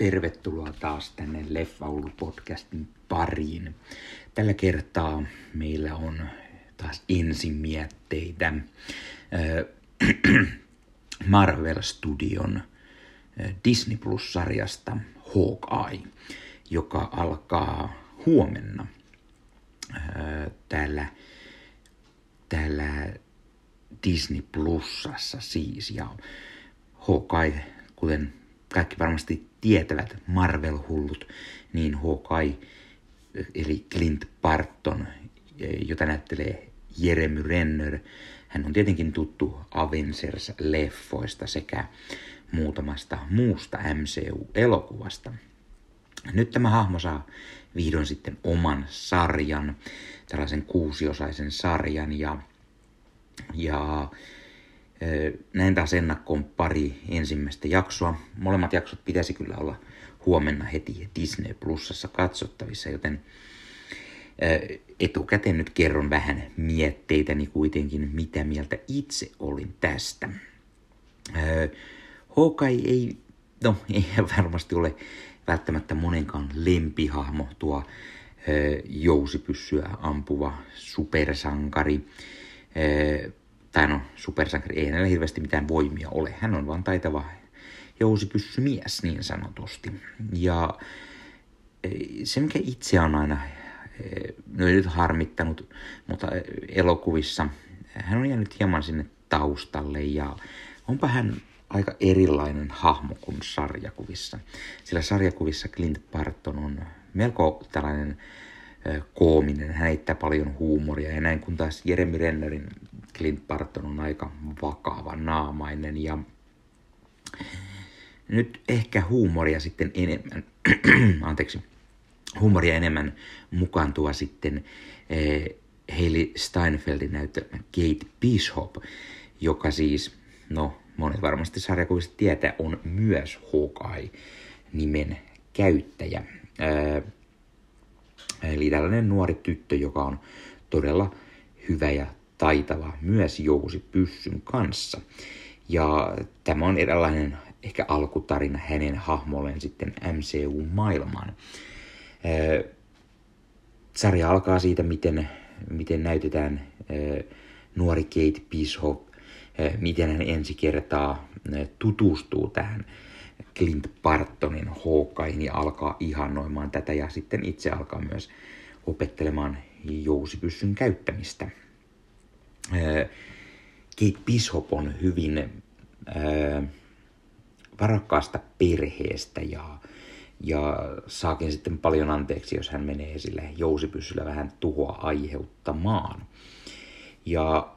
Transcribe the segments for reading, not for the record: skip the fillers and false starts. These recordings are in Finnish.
Tervetuloa taas tänne Leffaulu-podcastin pariin. Tällä kertaa meillä on taas ensimietteitä Marvel Studion Disney Plus-sarjasta Hawkeye, joka alkaa huomenna täällä Disney Plusassa siis. Ja Hawkeye, kuten kaikki varmasti tietävät Marvel-hullut, niin Hawkeye, eli Clint Barton, jota näyttelee Jeremy Renner. Hän on tietenkin tuttu Avengers-leffoista sekä muutamasta muusta MCU-elokuvasta. Nyt tämä hahmo saa vihdoin sitten oman sarjan, tällaisen 6-osaisen sarjan, ja näin taas ennakkoon pari ensimmäistä jaksoa. Molemmat jaksot pitäisi kyllä olla huomenna heti Disney Plusassa katsottavissa, joten etukäteen nyt kerron vähän mietteitäni kuitenkin, mitä mieltä itse olin tästä. Hawkeye ei varmasti ole välttämättä monenkaan lempihahmo, tuo jousipyssyä ampuva supersankari. Supersankari ei hänellä hirveästi mitään voimia ole. Hän on vaan taitava jousipyssymies niin sanotusti. Ja se, mikä itse on aina nyt harmittanut, mutta elokuvissa hän on jäänyt hieman sinne taustalle ja onpa hän aika erilainen hahmo kuin sarjakuvissa. Sillä sarjakuvissa Clint Barton on melko tällainen koominen, hän heittää paljon huumoria ja näin kun taas Jeremy Rennerin Clint Barton on aika vakava naamainen ja nyt ehkä huumoria sitten enemmän, huumoria enemmän mukaan tuo sitten Hailee Steinfeldin näyttelemä Kate Bishop, joka siis, monet varmasti sarjakuvista tietää, on myös Hawkeye-nimen käyttäjä. Eli tällainen nuori tyttö, joka on todella hyvä ja taitava myös jousipyssyn kanssa. Ja tämä on eräänlainen ehkä alkutarina hänen hahmolleen sitten MCU-maailmaan. Sarja alkaa siitä, miten näytetään nuori Kate Bishop, miten hän ensi kertaa tutustuu tähän Clint Bartonin Hawkeyen ja alkaa ihannoimaan tätä ja sitten itse alkaa myös opettelemaan jousipyssyn käyttämistä. Kate Bishop on hyvin varakkaasta perheestä ja saakin sitten paljon anteeksi, jos hän menee sille jousipyssyllä vähän tuhoa aiheuttamaan. Ja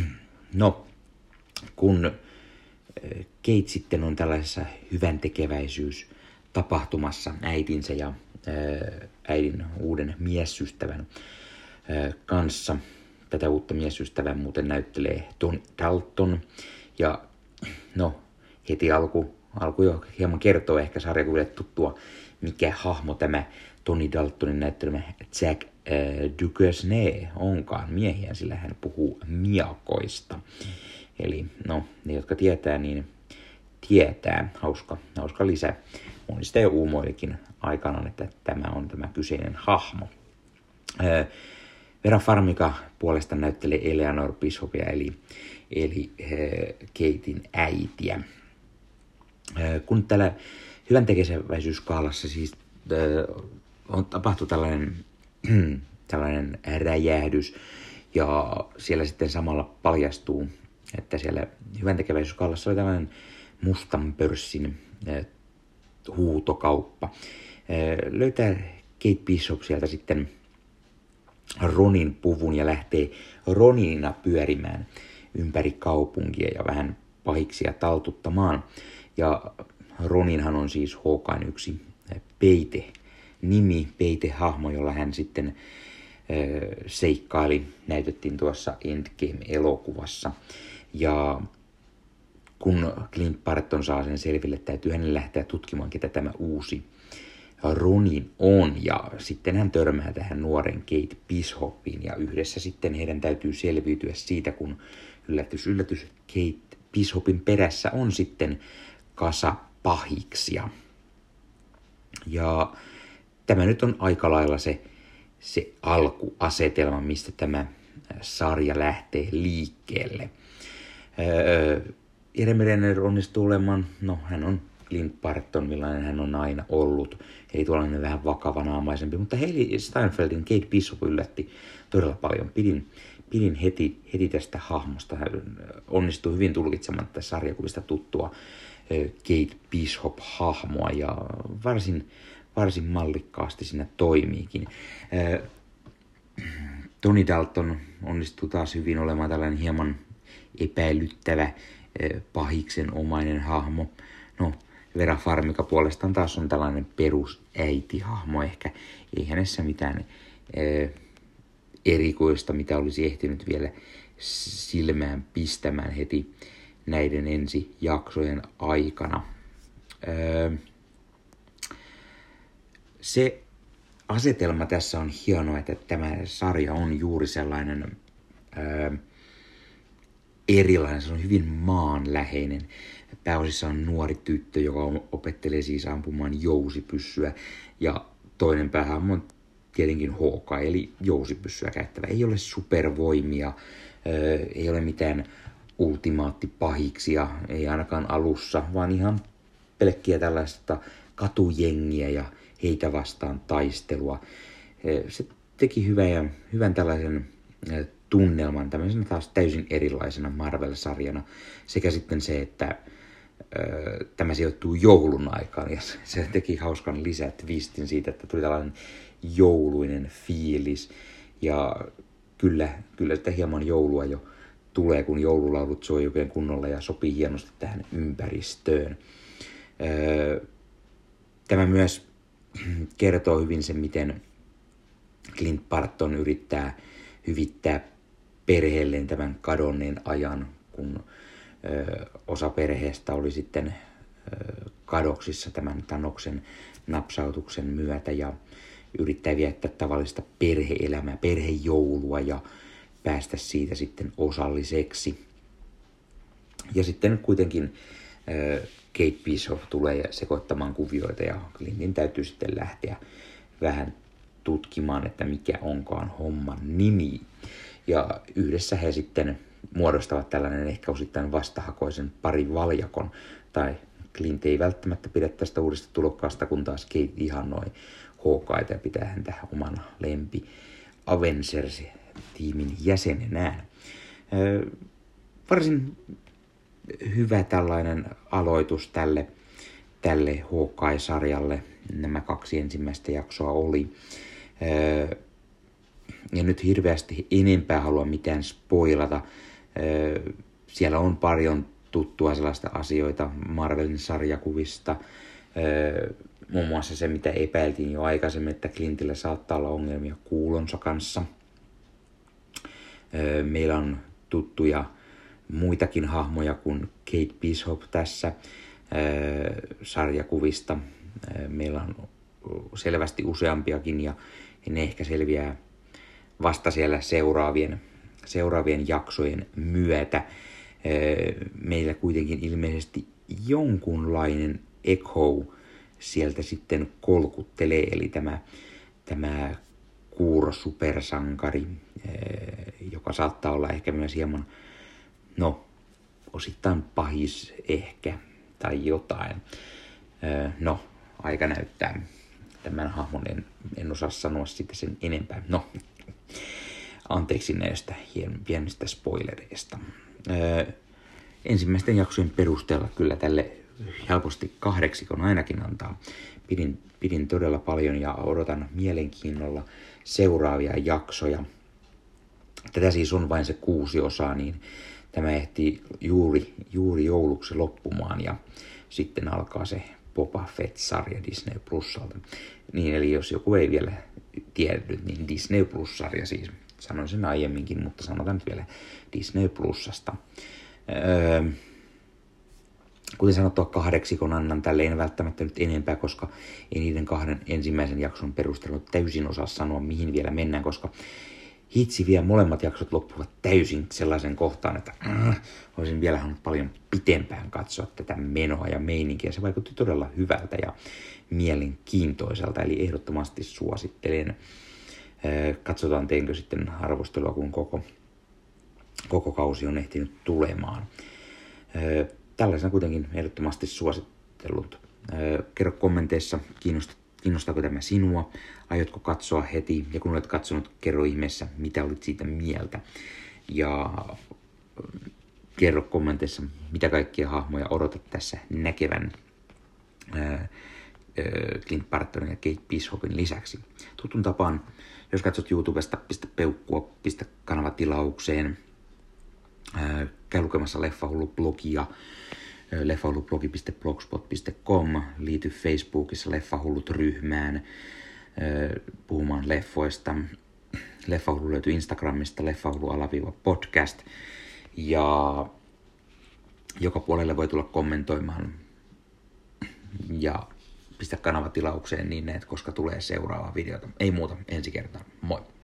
kun Kate sitten on tällaisessa hyväntekeväisyystapahtumassa äitinsä ja äidin uuden miesystävän kanssa. Tätä uutta miesystävää muuten näyttelee Tony Dalton. Ja heti alku jo hieman kertoo ehkä sarjakuville tuttua, mikä hahmo tämä Tony Daltonin näyttelemä Jack Duchesne onkaan miehiä, sillä hän puhuu miakoista. Eli ne, jotka tietää, niin tietää. Hauska lisä. Monista jo uumoilikin aikanaan, että tämä on tämä kyseinen hahmo. Vera Farmiga puolestaan näyttelee Eleanor Bishopia, eli Katein äitiä. Kun täällä hyväntekeväisyyskaalassa siis on tapahtu tällainen räjähdys, ja siellä sitten samalla paljastuu, että siellä hyväntekeväisyyskaalassa oli tällainen mustan pörssin huutokauppa. Löytää Kate Bishop sieltä sitten Ronin puvun ja lähtee Ronina pyörimään ympäri kaupunkia ja vähän pahiksia taltuttamaan. Ja Roninhan on siis Hawkeyen yksi peitehahmo, jolla hän sitten seikkaili, näytettiin tuossa Endgame-elokuvassa. Ja kun Clint Barton saa sen selville, täytyy hänen lähteä tutkimaan, ketä tämä uusi Ronin on. Ja sitten hän törmää tähän nuoren Kate Bishopiin ja yhdessä sitten heidän täytyy selviytyä siitä, kun yllätys, Kate Bishopin perässä on sitten kasa pahiksia. Ja tämä nyt on aika lailla se alkuasetelma, mistä tämä sarja lähtee liikkeelle. Jeremy Renner onnistuu olemaan, no hän on Clint Barton, millainen hän on aina ollut. Eli tuollainen vähän vakavanaamaisempi, mutta Hailee Steinfeldin Kate Bishop yllätti todella paljon. Pidin heti tästä hahmosta. Hän onnistui hyvin tulkitsemaan tätä sarjakuvista tuttua Kate Bishop-hahmoa ja varsin mallikkaasti siinä toimiikin. Tony Dalton onnistuu taas hyvin olemaan tällainen hieman epäilyttävä pahiksen omainen hahmo. No, Vera Farmiga puolestaan taas on tällainen perusäitihahmo ehkä. Ei hänessä mitään erikoista, mitä olisi ehtinyt vielä silmään pistämään heti näiden ensi jaksojen aikana. Se asetelma tässä on hieno, että tämä sarja on juuri sellainen erilainen, se on hyvin maanläheinen. Pääosissa on nuori tyttö, joka opettelee siis ampumaan jousipyssyä, ja toinen päähahmo on tietenkin Hawkeye, eli jousipyssyä käyttävä. Ei ole supervoimia, ei ole mitään ultimaattipahiksia, ei ainakaan alussa, vaan ihan pelkkiä tällaista katujengiä ja heitä vastaan taistelua. Se teki hyvän tällaisen tunnelman, tämmöisenä taas täysin erilaisena Marvel-sarjana, sekä sitten se, että tämä sijoittuu joulun aikaan, ja se teki hauskan lisätwistin siitä, että tuli tällainen jouluinen fiilis, ja kyllä sitä hieman joulua jo tulee, kun joululaulut soi oikein kunnolla ja sopii hienosti tähän ympäristöön. Tämä myös kertoo hyvin sen, miten Clint Barton yrittää hyvittää perheelleen tämän kadonneen ajan, kun osa perheestä oli sitten kadoksissa tämän Thanoksen napsautuksen myötä ja yrittää viettää tavallista perhe-elämää, perhejoulua ja päästä siitä sitten osalliseksi. Ja sitten kuitenkin Kate Bishop tulee sekoittamaan kuvioita ja Clintin täytyy sitten lähteä vähän tutkimaan, että mikä onkaan homman nimi. Ja yhdessä he sitten muodostavat tällainen ehkä osittain vastahakoisen parivaljakon, tai Clint ei välttämättä pidä tästä uudesta tulokkaasta, kun taas Kate ihannoi Hawkeyeta ja pitää häntä oman lempi Avengers-tiimin jäsenenään. Varsin hyvä tällainen aloitus tälle Hawkeye-sarjalle. Nämä 2 ensimmäistä jaksoa oli. Ja nyt hirveästi enempää halua mitään spoilata. Siellä on paljon tuttua sellaista asioita Marvelin sarjakuvista. Muun muassa se, mitä epäiltiin jo aikaisemmin, että Clintillä saattaa olla ongelmia kuulonsa kanssa. Meillä on tuttuja muitakin hahmoja kuin Kate Bishop tässä sarjakuvista. Meillä on selvästi useampiakin ja ne ehkä selviää vasta siellä seuraavien jaksojen myötä. Meillä kuitenkin ilmeisesti jonkunlainen Echo sieltä sitten kolkuttelee, eli tämä kuuro supersankari, joka saattaa olla ehkä myös hieman, osittain pahis ehkä, tai jotain. Aika näyttää. Tämän hahmon en osaa sanoa sitä sen enempää. Anteeksi näistä pienistä spoilereista. Ensimmäisten jaksojen perusteella kyllä tälle helposti 8 ainakin antaa. Pidin todella paljon ja odotan mielenkiinnolla seuraavia jaksoja. Tätä siis on vain se 6 osaa, niin tämä ehti juuri jouluksi loppumaan ja sitten alkaa se Boba Fett-sarja Disney Plusalta. Niin, eli jos joku ei vielä tiennyt, niin Disney Plus-sarja siis. Sanoin sen aiemminkin, mutta sanotaan nyt vielä Disney Plusasta. Kuten sanottua, 8 annan tälle en välttämättä nyt enempää, koska ei niiden 2 ensimmäisen jakson perusteella täysin osaa sanoa, mihin vielä mennään, koska hitsi vielä molemmat jaksot loppuvat täysin sellaisen kohtaan, että olisin vielä halunnut paljon pitempään katsoa tätä menoa ja meininkiä. Se vaikutti todella hyvältä ja mielenkiintoiselta, eli ehdottomasti suosittelen. Katsotaan, teenkö sitten arvostelua, kun koko kausi on ehtinyt tulemaan. Tällaisena kuitenkin ehdottomasti suosittelut. Kerro kommenteissa, kiinnostaako tämä sinua, aiotko katsoa heti, ja kun olet katsonut, kerro ihmeessä, mitä olit siitä mieltä. Ja kerro kommenteissa, mitä kaikkia hahmoja odotat tässä näkevän Clint Bartonin ja Kate Bishopin lisäksi. Tutun tapaan, jos katsot YouTubesta, pistä peukkua, pistä kanava tilaukseen, käy lukemassa Leffahullu-blogia, leffahullu-blogi.blogspot.com, liity Facebookissa Leffahullut-ryhmään puhumaan leffoista. Leffahullu löytyy Instagramista, leffahullu_podcast, ja joka puolelle voi tulla kommentoimaan ja pistä kanava tilaukseen niin, että koska tulee seuraava videota. Ei muuta, ensi kertaan. Moi!